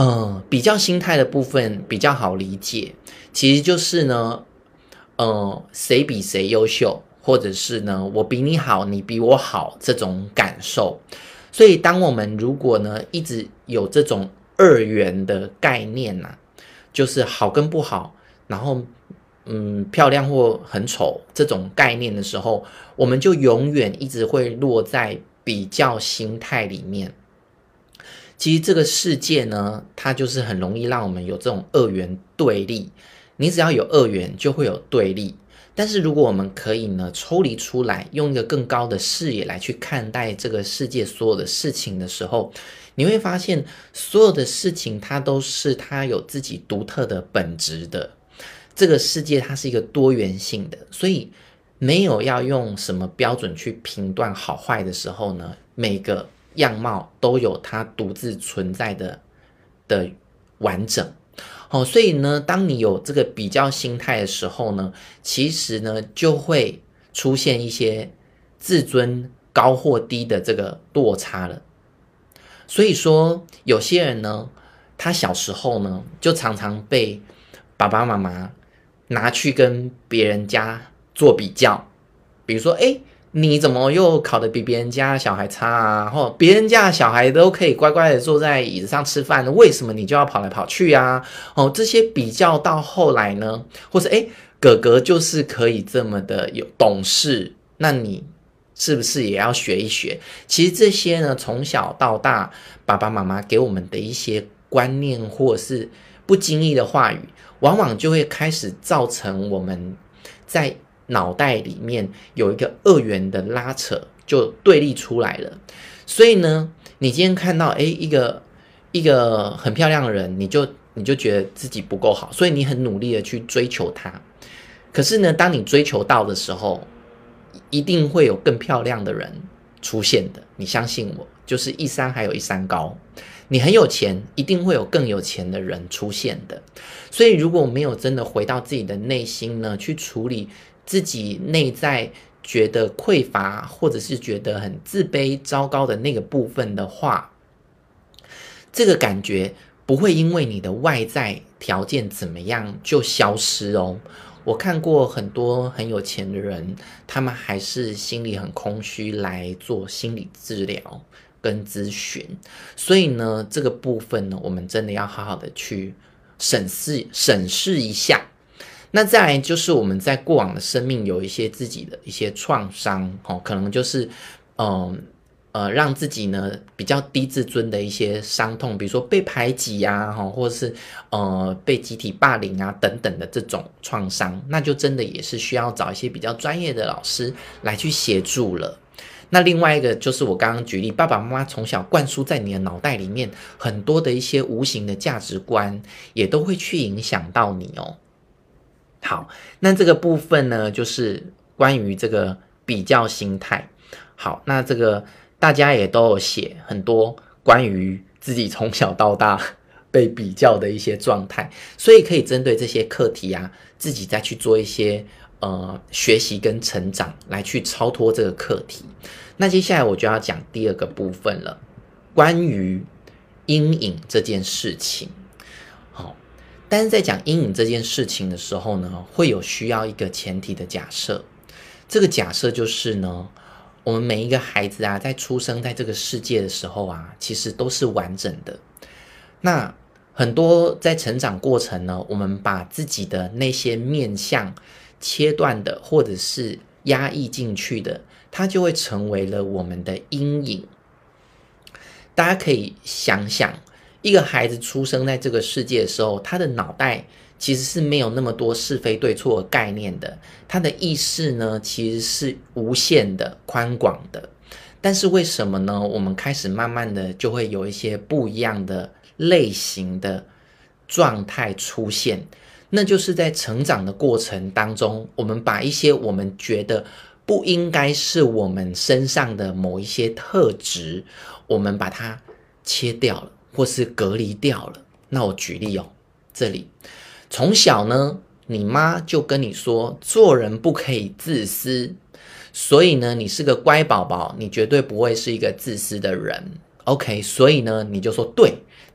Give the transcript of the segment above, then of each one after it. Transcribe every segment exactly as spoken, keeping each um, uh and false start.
呃，比较心态的部分比较好理解，其实就是呢，呃，谁比谁优秀，或者是呢，我比你好，你比我好这种感受。所以，当我们如果呢一直有这种二元的概念呐、啊，就是好跟不好，然后嗯漂亮或很丑这种概念的时候，我们就永远一直会落在比较心态里面。其实这个世界呢，它就是很容易让我们有这种二元对立。你只要有二元，就会有对立。但是如果我们可以呢抽离出来，用一个更高的视野来去看待这个世界所有的事情的时候，你会发现所有的事情它都是它有自己独特的本质的。这个世界它是一个多元性的，所以没有要用什么标准去评断好坏的时候呢，每个样貌都有它独自存在的的完整。哦，所以呢，当你有这个比较心态的时候呢，其实呢就会出现一些自尊高或低的这个落差了。所以说，有些人呢，他小时候呢就常常被爸爸妈妈拿去跟别人家做比较，比如说，哎，你怎么又考得比别人家小孩差啊？或别人家的小孩都可以乖乖的坐在椅子上吃饭，为什么你就要跑来跑去啊？哦，这些比较到后来呢，或是哎，哥哥就是可以这么的有懂事，那你是不是也要学一学？其实这些呢，从小到大，爸爸妈妈给我们的一些观念或者是不经意的话语，往往就会开始造成我们在脑袋里面有一个二元的拉扯，就对立出来了。所以呢，你今天看到诶一个一个很漂亮的人，你就你就觉得自己不够好，所以你很努力的去追求他。可是呢，当你追求到的时候，一定会有更漂亮的人出现的，你相信我，就是一山还有一山高。你很有钱，一定会有更有钱的人出现的。所以如果没有真的回到自己的内心呢，去处理自己内在觉得匮乏或者是觉得很自卑糟糕的那个部分的话，这个感觉不会因为你的外在条件怎么样就消失哦。我看过很多很有钱的人，他们还是心里很空虚来做心理治疗跟咨询。所以呢，这个部分呢，我们真的要好好的去审视审视一下。那再来就是我们在过往的生命有一些自己的一些创伤，哦，可能就是嗯呃让自己呢比较低自尊的一些伤痛，比如说被排挤啊，或者是呃被集体霸凌啊等等的这种创伤，那就真的也是需要找一些比较专业的老师来去协助了。那另外一个就是我刚刚举例，爸爸妈妈从小灌输在你的脑袋里面很多的一些无形的价值观，也都会去影响到你哦。好，那这个部分呢，就是关于这个比较心态。好，那这个大家也都有写很多关于自己从小到大被比较的一些状态，所以可以针对这些课题啊，自己再去做一些呃学习跟成长，来去超脱这个课题。那接下来我就要讲第二个部分了，关于阴影这件事情。好，但是在讲阴影这件事情的时候呢，会有需要一个前提的假设。这个假设就是呢，我们每一个孩子啊，在出生在这个世界的时候啊，其实都是完整的。那很多在成长过程呢，我们把自己的那些面向切断的，或者是压抑进去的，它就会成为了我们的阴影。大家可以想想，一个孩子出生在这个世界的时候，他的脑袋其实是没有那么多是非对错的概念的，他的意识呢其实是无限的宽广的。但是为什么呢？我们开始慢慢的就会有一些不一样的类型的状态出现，那就是在成长的过程当中，我们把一些我们觉得不应该是我们身上的某一些特质，我们把它切掉了，或是隔离掉了。那我举例哦，这里从小呢，你妈就跟你说，做人不可以自私，所以呢，你是个乖宝宝，你绝对不会是一个自私的人。OK， 所以呢，你就说对，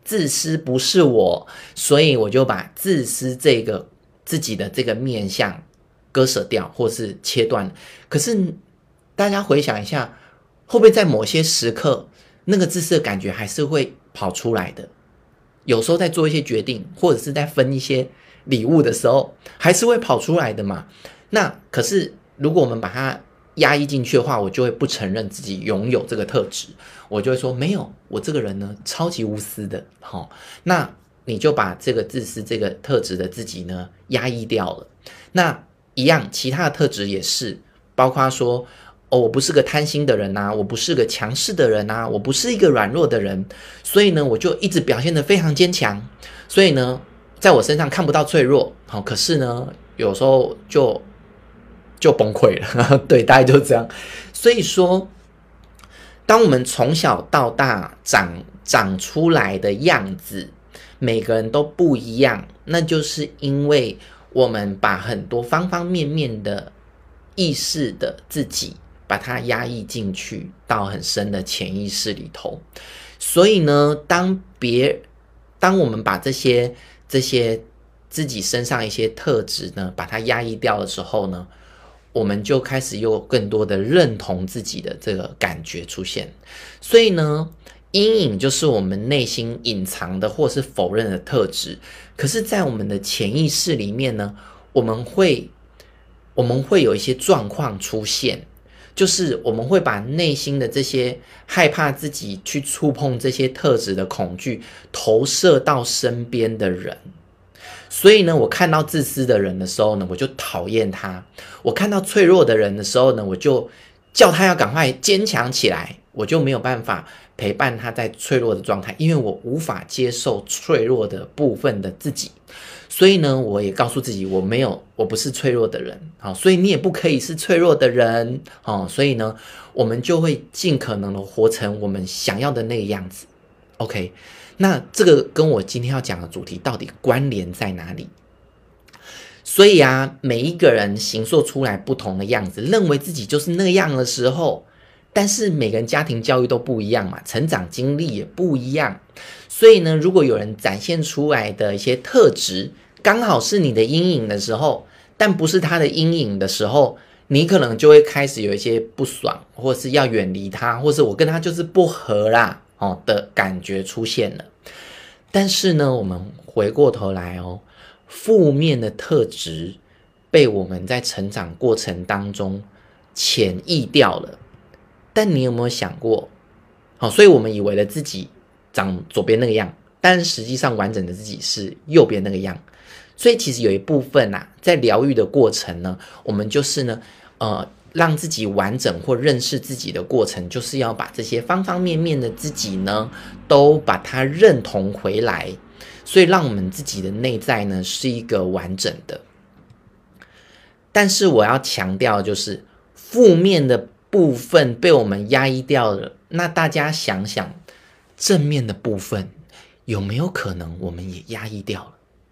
自私不是我，所以我就把自私这个自己的这个面向割舍掉，或是切断。可是大家回想一下，会不会在某些时刻，那个自私的感觉还是会跑出来的？有时候在做一些决定，或者是在分一些礼物的时候，还是会跑出来的嘛。那可是如果我们把它压抑进去的话，我就会不承认自己拥有这个特质，我就会说没有，我这个人呢超级无私的。好，那你就把这个自私这个特质的自己呢压抑掉了。那一样，其他的特质也是，包括说哦，我不是个贪心的人啊，我不是个强势的人啊，我不是一个软弱的人，所以呢，我就一直表现得非常坚强。所以呢，在我身上看不到脆弱，好，可是呢，有时候就就崩溃了，对，大概就是这样。所以说，当我们从小到大长长出来的样子，每个人都不一样，那就是因为我们把很多方方面面的意识的自己，把它压抑进去到很深的潜意识里头。所以呢，当别当我们把这些这些自己身上一些特质呢，把它压抑掉的时候呢，我们就开始有更多的认同自己的这个感觉出现。所以呢，阴影就是我们内心隐藏的或是否认的特质。可是在我们的潜意识里面呢，我们会我们会有一些状况出现，就是我们会把内心的这些害怕自己去触碰这些特质的恐惧投射到身边的人。所以呢，我看到自私的人的时候呢，我就讨厌他；我看到脆弱的人的时候呢，我就叫他要赶快坚强起来，我就没有办法陪伴他在脆弱的状态，因为我无法接受脆弱的部分的自己。所以呢，我也告诉自己，我没有，我不是脆弱的人，好，所以你也不可以是脆弱的人，好，所以呢，我们就会尽可能的活成我们想要的那个样子。OK， 那这个跟我今天要讲的主题到底关联在哪里？所以啊，每一个人形塑出来不同的样子，认为自己就是那样的时候，但是每个人家庭教育都不一样嘛，成长经历也不一样。所以呢，如果有人展现出来的一些特质，刚好是你的阴影的时候，但不是他的阴影的时候，你可能就会开始有一些不爽，或是要远离他，或是我跟他就是不合啦，哦的感觉出现了。但是呢，我们回过头来哦，负面的特质被我们在成长过程当中潜抑掉了。但你有没有想过，好，所以我们以为了自己长左边那个样，但实际上完整的自己是右边那个样。所以其实有一部分啊，在疗愈的过程呢，我们就是呢，呃，让自己完整或认识自己的过程，就是要把这些方方面面的自己呢，都把它认同回来，所以让我们自己的内在呢是一个完整的。但是我要强调，就是负面的部分被我们压抑掉了，那大家想想，正面的部分有没有可能我们也压抑掉了？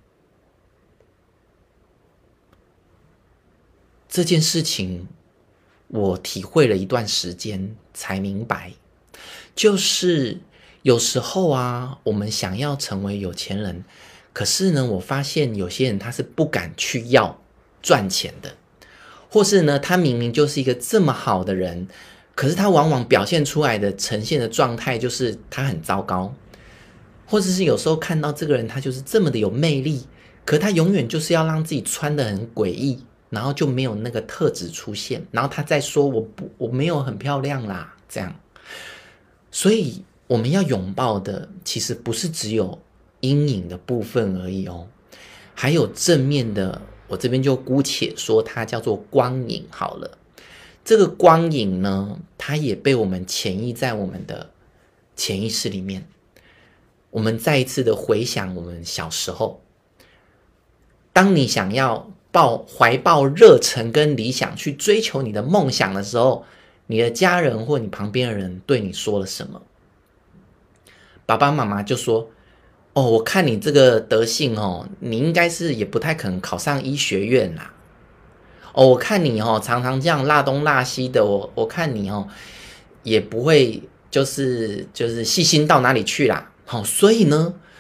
这件事情我体会了一段时间才明白，就是有时候啊，我们想要成为有钱人，可是呢，我发现有些人他是不敢去要赚钱的，或是呢，他明明就是一个这么好的人，可是他往往表现出来的呈现的状态就是他很糟糕，或者是有时候看到这个人他就是这么的有魅力，可他永远就是要让自己穿得很诡异，然后就没有那个特质出现，然后他再说我不我没有很漂亮啦，这样。所以我们要拥抱的其实不是只有阴影的部分而已哦，还有正面的，我这边就姑且说它叫做光影好了。这个光影呢，它也被我们潜移在我们的潜意识里面。我们再一次的回想我们小时候，当你想要抱怀抱热忱跟理想去追求你的梦想的时候，你的家人或你旁边的人对你说了什么？爸爸妈妈就说，哦，我看你这个德性哦，你应该是也不太可能考上医学院啦。哦，我看你哦，常常这样落东落西的，我我看你哦，也不会就是就是细心到哪里去啦。好，所以呢，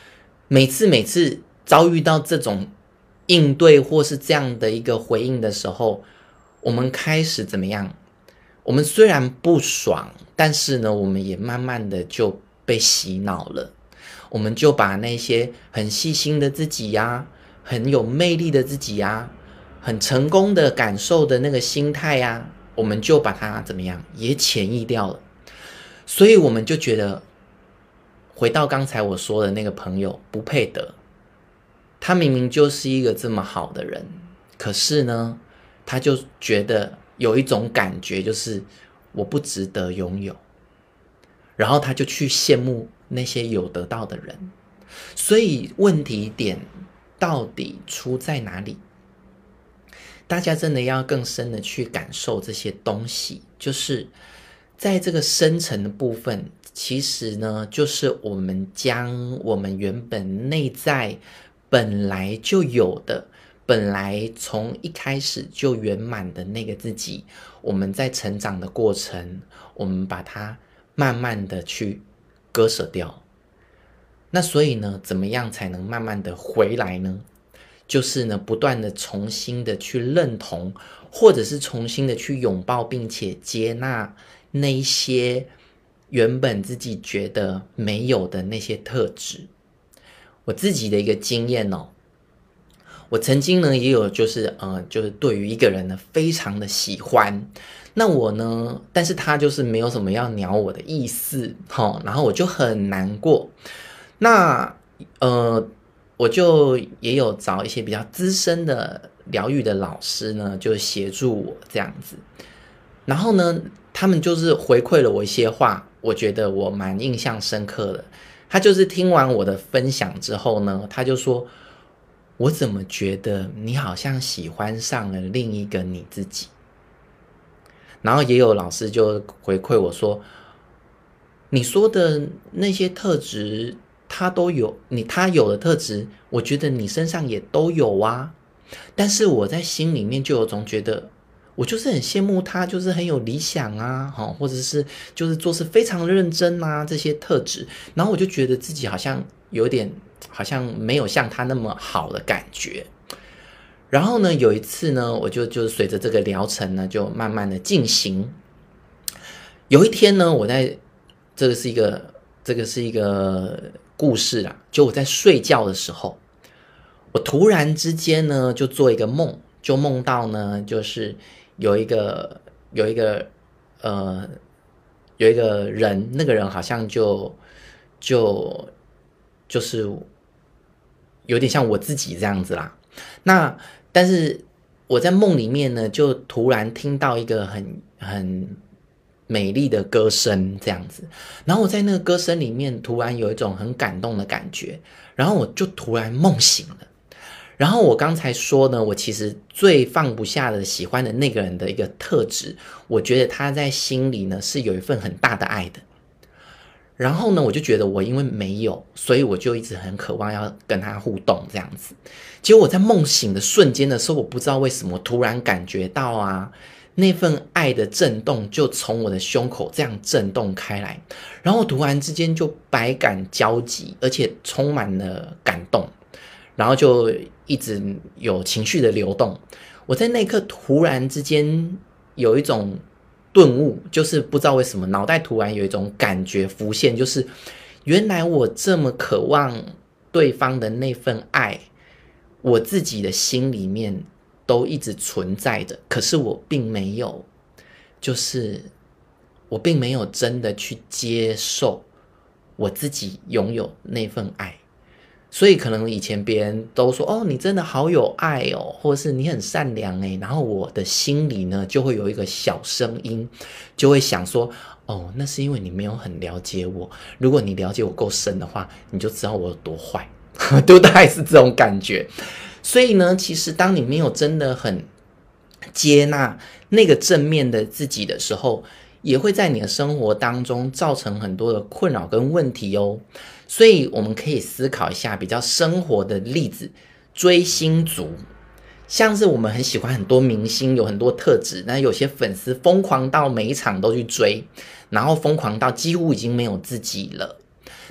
每次每次遭遇到这种应对或是这样的一个回应的时候，我们开始怎么样？我们虽然不爽，但是呢，我们也慢慢的就被洗脑了。我们就把那些很细心的自己呀、啊，很有魅力的自己呀、啊，很成功的感受的那个心态呀、啊，我们就把它怎么样，也潜移掉了。所以我们就觉得，回到刚才我说的那个朋友不配得，他明明就是一个这么好的人，可是呢，他就觉得有一种感觉，就是我不值得拥有，然后他就去羡慕那些有得到的人。所以问题点到底出在哪里？大家真的要更深的去感受这些东西，就是在这个深层的部分，其实呢，就是我们将我们原本内在本来就有的，本来从一开始就圆满的那个自己，我们在成长的过程，我们把它慢慢的去割舍掉。那所以呢，怎么样才能慢慢的回来呢？就是呢，不断的重新的去认同，或者是重新的去拥抱，并且接纳那一些原本自己觉得没有的那些特质。我自己的一个经验哦，我曾经呢也有就是呃，就是对于一个人呢非常的喜欢，那我呢，但是他就是没有什么要鸟我的意思，齁，然后我就很难过。那呃。我就也有找一些比较资深的疗愈的老师呢，就协助我这样子。然后呢，他们就是回馈了我一些话，我觉得我蛮印象深刻的。他就是听完我的分享之后呢，他就说：“我怎么觉得你好像喜欢上了另一个你自己？”然后也有老师就回馈我说：“你说的那些特质。”他都有你，他有的特质，我觉得你身上也都有啊。但是我在心里面就有种觉得，我就是很羡慕他，就是很有理想啊，或者是就是做事非常认真啊，这些特质。然后我就觉得自己好像有点，好像没有像他那么好的感觉。然后呢，有一次呢，我就就随着这个疗程呢，就慢慢的进行。有一天呢，我在这个是一个，这个是一个。故事啦，就我在睡觉的时候，我突然之间呢，就做一个梦，就梦到呢，就是有一个有一个呃有一个人，那个人好像就就就是有点像我自己这样子啦。那但是我在梦里面呢，就突然听到一个很很。美丽的歌声这样子，然后我在那个歌声里面突然有一种很感动的感觉，然后我就突然梦醒了。然后我刚才说呢，我其实最放不下的喜欢的那个人的一个特质，我觉得他在心里呢是有一份很大的爱的。然后呢，我就觉得我因为没有，所以我就一直很渴望要跟他互动这样子。结果我在梦醒的瞬间的时候，我不知道为什么突然感觉到啊。那份爱的震动就从我的胸口这样震动开来，然后突然之间就百感交集，而且充满了感动，然后就一直有情绪的流动。我在那一刻突然之间有一种顿悟，就是不知道为什么脑袋突然有一种感觉浮现，就是原来我这么渴望对方的那份爱，我自己的心里面都一直存在的，可是我并没有，就是我并没有真的去接受我自己拥有那份爱。所以可能以前别人都说哦，你真的好有爱哦，或者是你很善良诶，然后我的心里呢就会有一个小声音，就会想说哦，那是因为你没有很了解我，如果你了解我够深的话，你就知道我有多坏，就大概是这种感觉。所以呢，其实当你没有真的很接纳那个正面的自己的时候，也会在你的生活当中造成很多的困扰跟问题哦。所以我们可以思考一下比较生活的例子，追星族，像是我们很喜欢很多明星，有很多特质，那有些粉丝疯狂到每一场都去追，然后疯狂到几乎已经没有自己了。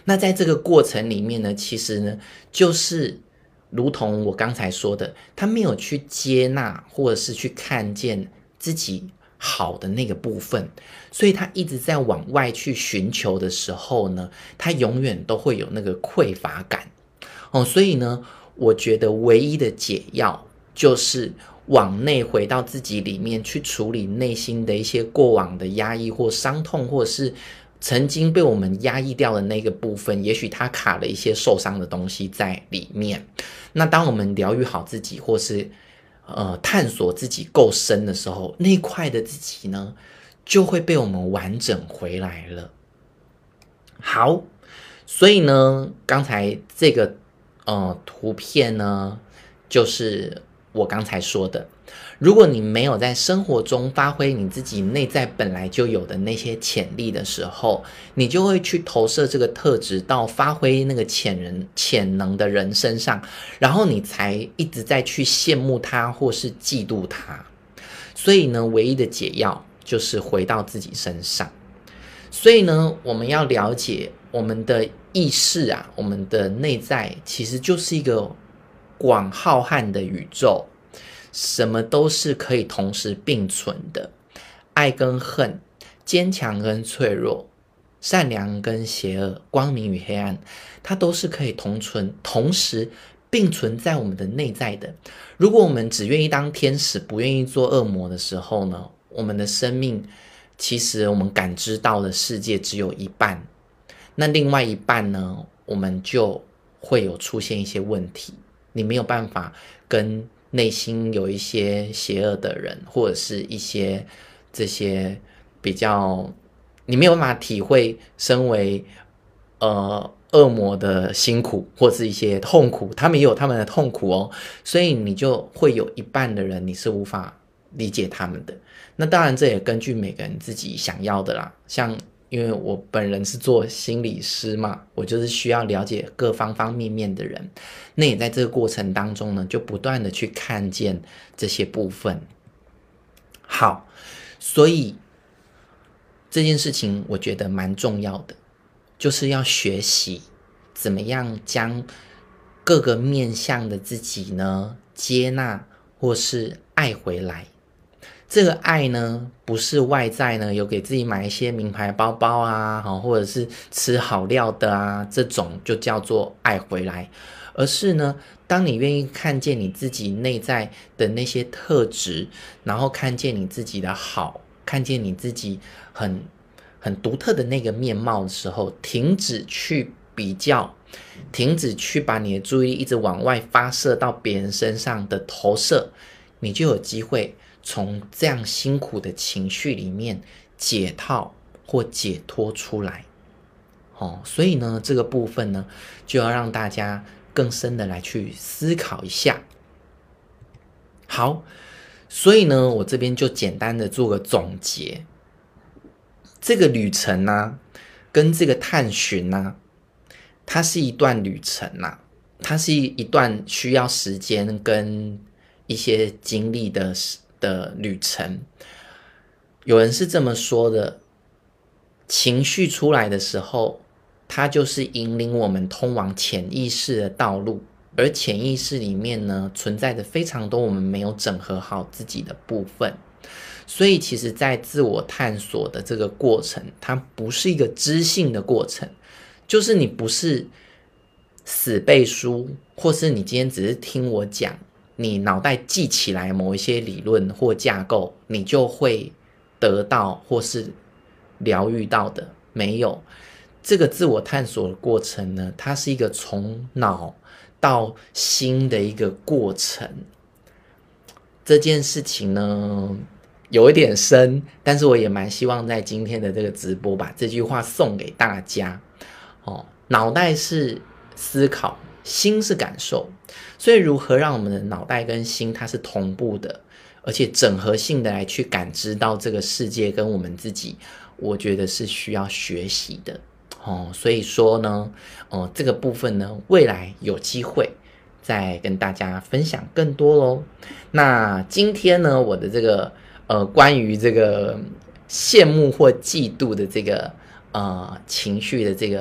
那在这个过程里面呢，其实呢，就是如同我刚才说的，他没有去接纳或者是去看见自己好的那个部分，所以他一直在往外去寻求的时候呢，他永远都会有那个匮乏感哦。所以呢，我觉得唯一的解药就是往内回到自己里面去处理内心的一些过往的压抑或伤痛，或者是曾经被我们压抑掉的那个部分，也许它卡了一些受伤的东西在里面。那当我们疗愈好自己，或是呃探索自己够深的时候，那一块的自己呢，就会被我们完整回来了。好，所以呢，刚才这个呃图片呢，就是我刚才说的，如果你没有在生活中发挥你自己内在本来就有的那些潜力的时候，你就会去投射这个特质到发挥那个潜人潜能的人身上，然后你才一直在去羡慕他或是嫉妒他。所以呢，唯一的解药就是回到自己身上。所以呢，我们要了解我们的意识啊，我们的内在其实就是一个广浩瀚的宇宙，什么都是可以同时并存的，爱跟恨，坚强跟脆弱，善良跟邪恶，光明与黑暗，它都是可以同存同时并存在我们的内在的。如果我们只愿意当天使，不愿意做恶魔的时候呢，我们的生命其实我们感知到的世界只有一半，那另外一半呢，我们就会有出现一些问题，你没有办法跟内心有一些邪恶的人，或者是一些这些比较，你没有办法体会身为呃恶魔的辛苦，或是一些痛苦，他们也有他们的痛苦哦，所以你就会有一半的人你是无法理解他们的。那当然这也根据每个人自己想要的啦，像因为我本人是做心理师嘛，我就是需要了解各方方面面的人，那也在这个过程当中呢，就不断的去看见这些部分。好，所以这件事情我觉得蛮重要的，就是要学习怎么样将各个面向的自己呢接纳或是爱回来。这个爱呢，不是外在呢有给自己买一些名牌包包啊，或者是吃好料的啊，这种就叫做爱回来，而是呢，当你愿意看见你自己内在的那些特质，然后看见你自己的好，看见你自己很很独特的那个面貌的时候，停止去比较，停止去把你的注意力一直往外发射到别人身上的投射，你就有机会从这样辛苦的情绪里面解套或解脱出来。哦，所以呢，这个部分呢，就要让大家更深的来去思考一下。好，所以呢，我这边就简单的做个总结。这个旅程啊，跟这个探寻啊，它是一段旅程啊，它是一段需要时间跟一些经历的的旅程。有人是这么说的，情绪出来的时候，它就是引领我们通往潜意识的道路，而潜意识里面呢，存在着非常多我们没有整合好自己的部分。所以其实在自我探索的这个过程，它不是一个知性的过程，就是你不是死背书，或是你今天只是听我讲，你脑袋记起来某一些理论或架构，你就会得到或是疗愈到的。没有，这个自我探索的过程呢，它是一个从脑到心的一个过程。这件事情呢有一点深，但是我也蛮希望在今天的这个直播把这句话送给大家。哦，脑袋是思考，心是感受，所以如何让我们的脑袋跟心它是同步的，而且整合性的来去感知到这个世界跟我们自己，我觉得是需要学习的。哦，所以说呢，哦，这个部分呢，未来有机会再跟大家分享更多咯。那今天呢，我的这个呃关于这个羡慕或嫉妒的这个呃情绪的这个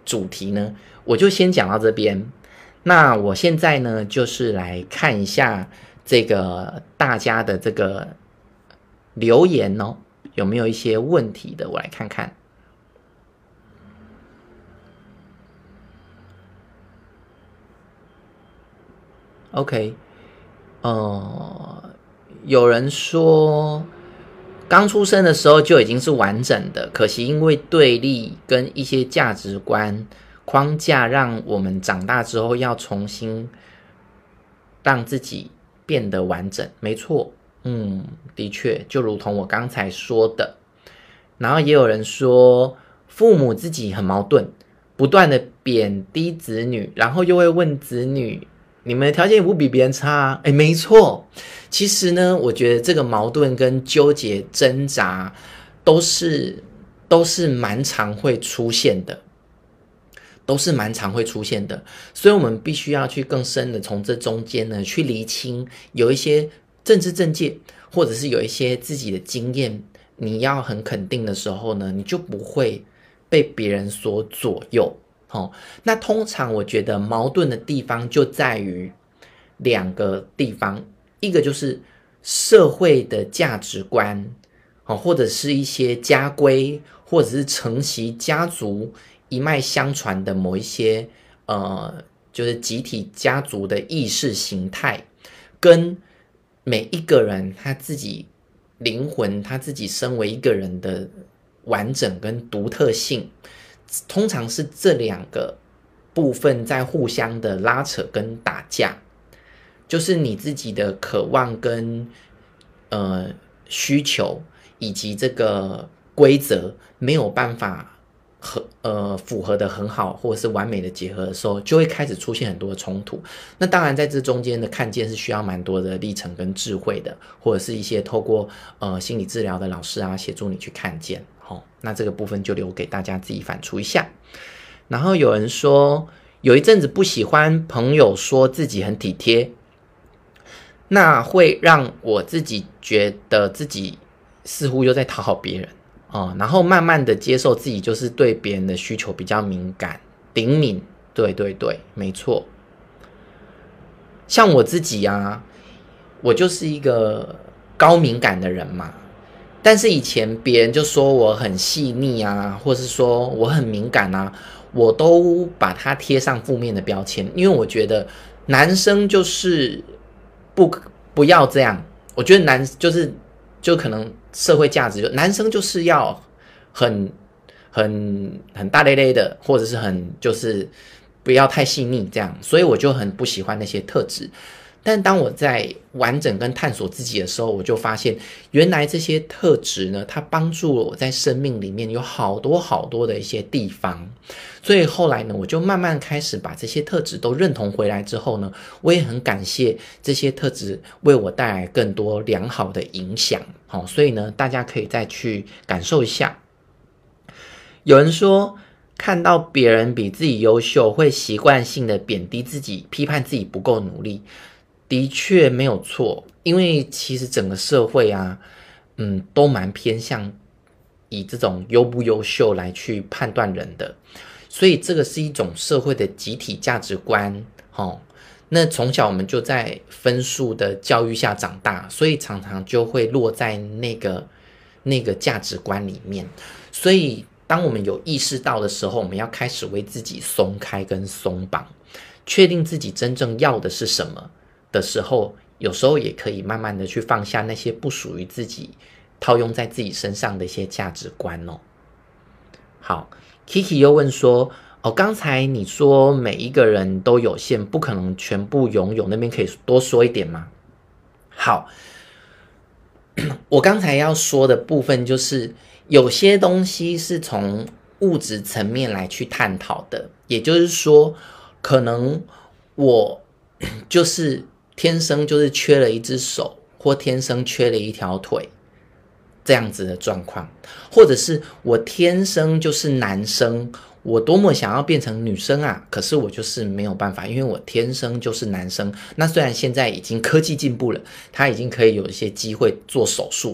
主题呢，我就先讲到这边。那我现在呢，就是来看一下这个大家的这个留言哦，有没有一些问题的？我来看看。OK， 呃，有人说刚出生的时候就已经是完整的，可惜因为对立跟一些价值观框架，让我们长大之后要重新让自己变得完整。没错，嗯，的确，就如同我刚才说的。然后也有人说，父母自己很矛盾，不断的贬低子女，然后又会问子女，你们的条件也不比别人差啊。诶，没错，其实呢，我觉得这个矛盾跟纠结挣扎都是都是蛮常会出现的，都是蛮常会出现的，所以我们必须要去更深的从这中间呢去厘清，有一些政治正见，或者是有一些自己的经验，你要很肯定的时候呢，你就不会被别人所左右。哦，那通常我觉得矛盾的地方就在于两个地方，一个就是社会的价值观，哦，或者是一些家规，或者是承袭家族一脉相传的某一些呃，就是集体家族的意识形态，跟每一个人他自己灵魂，他自己身为一个人的完整跟独特性。通常是这两个部分在互相的拉扯跟打架，就是你自己的渴望跟呃需求以及这个规则没有办法和呃符合的很好，或者是完美的结合的时候，就会开始出现很多的冲突。那当然在这中间的看见是需要蛮多的历程跟智慧的，或者是一些透过呃心理治疗的老师啊协助你去看见。哦，那这个部分就留给大家自己反刍一下。然后有人说，有一阵子不喜欢朋友说自己很体贴，那会让我自己觉得自己似乎又在讨好别人哦，然后慢慢的接受自己就是对别人的需求比较敏感、灵敏。对对对，没错。像我自己啊，我就是一个高敏感的人嘛。但是以前别人就说我很细腻啊，或是说我很敏感啊，我都把它贴上负面的标签，因为我觉得男生就是不不要这样，我觉得男就是就可能社会价值，就男生就是要很很很大咧咧的，或者是很就是不要太细腻这样，所以我就很不喜欢那些特质。但当我在完整跟探索自己的时候，我就发现原来这些特质呢，它帮助了我在生命里面有好多好多的一些地方。所以后来呢，我就慢慢开始把这些特质都认同回来之后呢，我也很感谢这些特质为我带来更多良好的影响。好，所以呢，大家可以再去感受一下。有人说，看到别人比自己优秀，会习惯性的贬低自己，批判自己不够努力。的确没有错，因为其实整个社会啊，嗯，都蛮偏向以这种优不优秀来去判断人的，所以这个是一种社会的集体价值观。哦，那从小我们就在分数的教育下长大，所以常常就会落在那个那个价值观里面。所以当我们有意识到的时候，我们要开始为自己松开跟松绑，确定自己真正要的是什么的时候，有时候也可以慢慢的去放下那些不属于自己套用在自己身上的一些价值观哦。好， Kiki 又问说，哦，刚才你说每一个人都有限，不可能全部拥有，那边可以多说一点吗？好，我刚才要说的部分就是有些东西是从物质层面来去探讨的，也就是说可能我就是天生就是缺了一只手，或天生缺了一条腿，这样子的状况，或者是我天生就是男生，我多么想要变成女生啊，可是我就是没有办法，因为我天生就是男生。那虽然现在已经科技进步了，他已经可以有一些机会做手术，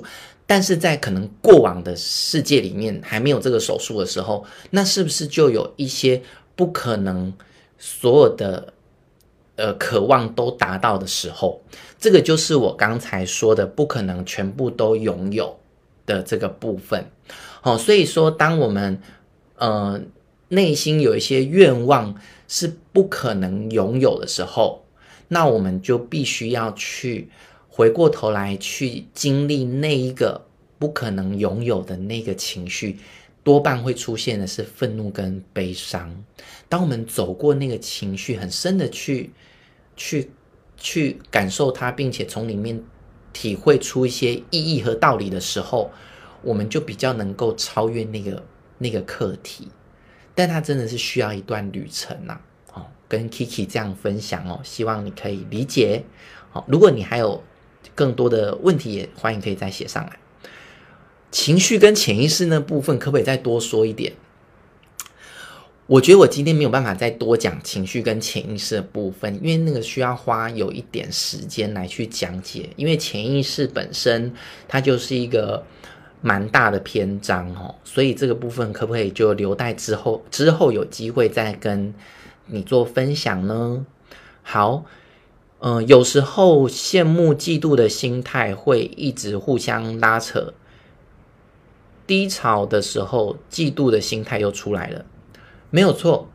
但是在可能过往的世界里面还没有这个手术的时候，那是不是就有一些不可能所有的呃渴望都达到的时候？这个就是我刚才说的不可能全部都拥有的这个部分。好、哦，所以说当我们呃内心有一些愿望是不可能拥有的时候，那我们就必须要去回过头来去经历那一个不可能拥有的那个情绪，多半会出现的是愤怒跟悲伤。当我们走过那个情绪，很深的去去去感受它，并且从里面体会出一些意义和道理的时候，我们就比较能够超越那个那个课题。但它真的是需要一段旅程啊。哦，跟 Kiki 这样分享哦，希望你可以理解。哦，如果你还有更多的问题，也欢迎可以再写上来。情绪跟潜意识那部分，可不可以再多说一点？我觉得我今天没有办法再多讲情绪跟潜意识的部分，因为那个需要花有一点时间来去讲解。因为潜意识本身它就是一个蛮大的篇章哦，所以这个部分可不可以就留待之后之后有机会再跟你做分享呢？好，呃，有时候羡慕嫉妒的心态会一直互相拉扯，低潮的时候嫉妒的心态又出来了，没有错。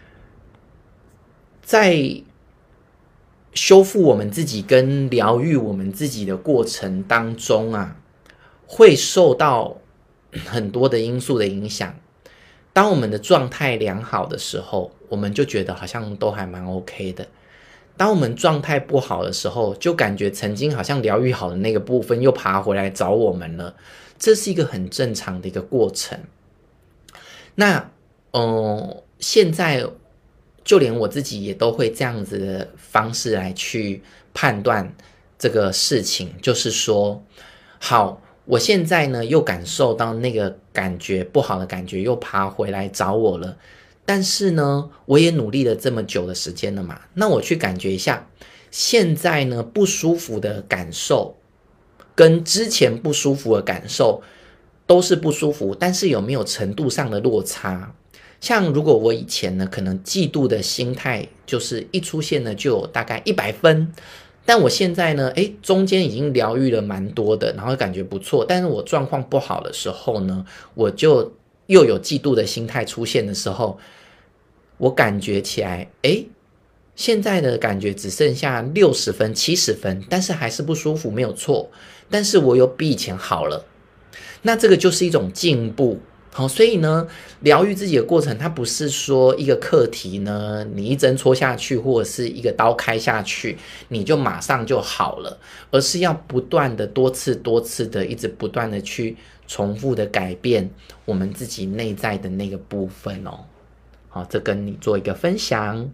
在修复我们自己跟疗愈我们自己的过程当中啊，会受到很多的因素的影响。当我们的状态良好的时候，我们就觉得好像都还蛮 OK 的。当我们状态不好的时候，就感觉曾经好像疗愈好的那个部分又爬回来找我们了。这是一个很正常的一个过程。那呃，现在就连我自己也都会这样子的方式来去判断这个事情，就是说，好，我现在呢又感受到那个感觉不好的感觉又爬回来找我了，但是呢我也努力了这么久的时间了嘛，那我去感觉一下现在呢不舒服的感受跟之前不舒服的感受都是不舒服，但是有没有程度上的落差？像如果我以前呢可能嫉妒的心态就是一出现呢就有大概一百分，但我现在呢诶中间已经疗愈了蛮多的，然后感觉不错，但是我状况不好的时候呢，我就又有嫉妒的心态出现的时候，我感觉起来诶现在的感觉只剩下六十分七十分，但是还是不舒服没有错，但是我有比以前好了，那这个就是一种进步。好，所以呢，疗愈自己的过程，它不是说一个课题呢，你一针戳下去，或者是一个刀开下去，你就马上就好了，而是要不断的多次多次的，一直不断的去重复的改变我们自己内在的那个部分哦。好，这跟你做一个分享。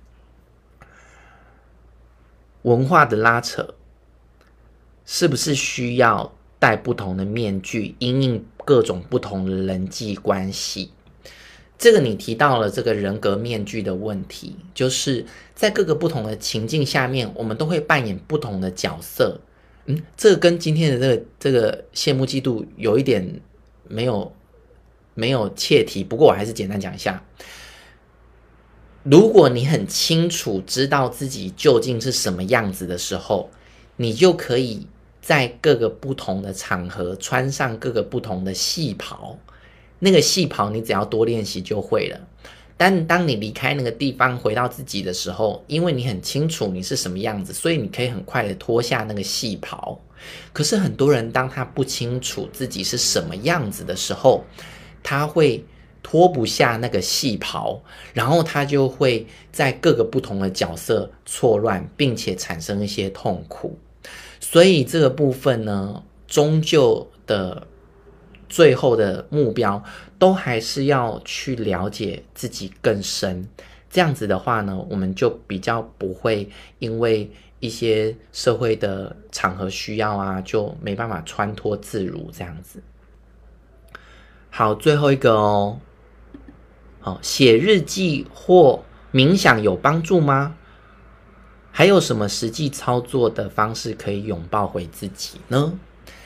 文化的拉扯，是不是需要戴不同的面具，因应各种不同的人际关系？这个你提到了这个人格面具的问题，就是在各个不同的情境下面，我们都会扮演不同的角色。嗯，这个跟今天的这个这个羡慕嫉妒有一点没有没有切题，不过我还是简单讲一下。如果你很清楚知道自己究竟是什么样子的时候，你就可以在各个不同的场合穿上各个不同的戏袍，那个戏袍你只要多练习就会了。但当你离开那个地方回到自己的时候，因为你很清楚你是什么样子，所以你可以很快的脱下那个戏袍。可是很多人当他不清楚自己是什么样子的时候，他会脱不下那个戏袍，然后他就会在各个不同的角色错乱，并且产生一些痛苦。所以这个部分呢，终究的最后的目标都还是要去了解自己更深。这样子的话呢，我们就比较不会因为一些社会的场合需要啊，就没办法穿脱自如这样子。好，最后一个哦，好，写日记或冥想有帮助吗？还有什么实际操作的方式可以拥抱回自己呢？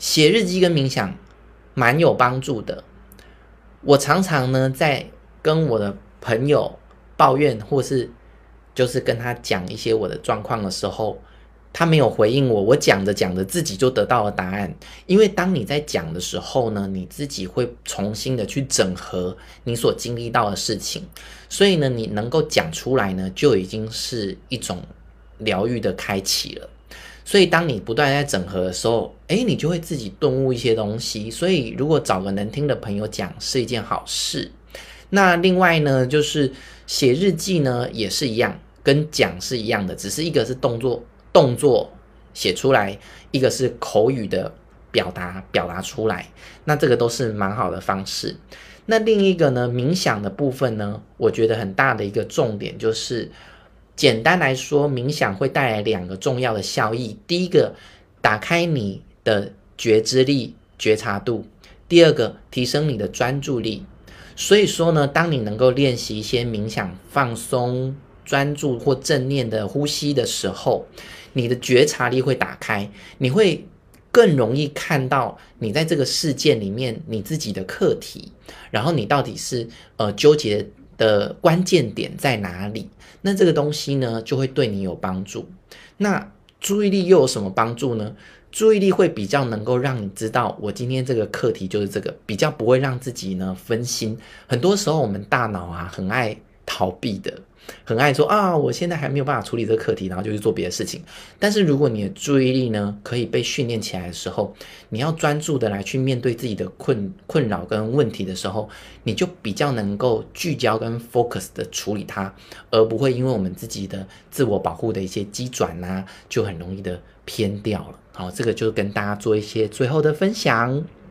写日记跟冥想蛮有帮助的。我常常呢在跟我的朋友抱怨，或是就是跟他讲一些我的状况的时候，他没有回应我，我讲着讲着自己就得到了答案。因为当你在讲的时候呢，你自己会重新的去整合你所经历到的事情，所以呢，你能够讲出来呢，就已经是一种疗愈的开启了。所以当你不断在整合的时候，诶，你就会自己顿悟一些东西。所以如果找个能听的朋友讲是一件好事。那另外呢，就是写日记呢也是一样，跟讲是一样的，只是一个是动作动作写出来，一个是口语的表达表达出来，那这个都是蛮好的方式。那另一个呢，冥想的部分呢，我觉得很大的一个重点就是，简单来说，冥想会带来两个重要的效益。第一个，打开你的觉知力、觉察度；第二个，提升你的专注力。所以说呢，当你能够练习一些冥想、放松、专注或正念的呼吸的时候，你的觉察力会打开，你会更容易看到你在这个事件里面你自己的课题，然后你到底是呃纠结的关键点在哪里。那这个东西呢，就会对你有帮助。那注意力又有什么帮助呢？注意力会比较能够让你知道，我今天这个课题就是这个，比较不会让自己呢分心。很多时候我们大脑啊很爱逃避的，很爱说啊，我现在还没有办法处理这个课题，然后就去做别的事情。但是如果你的注意力呢可以被训练起来的时候，你要专注的来去面对自己的困困扰跟问题的时候，你就比较能够聚焦跟 focus 的处理它，而不会因为我们自己的自我保护的一些机转啊，就很容易的偏掉了。好，这个就跟大家做一些最后的分享。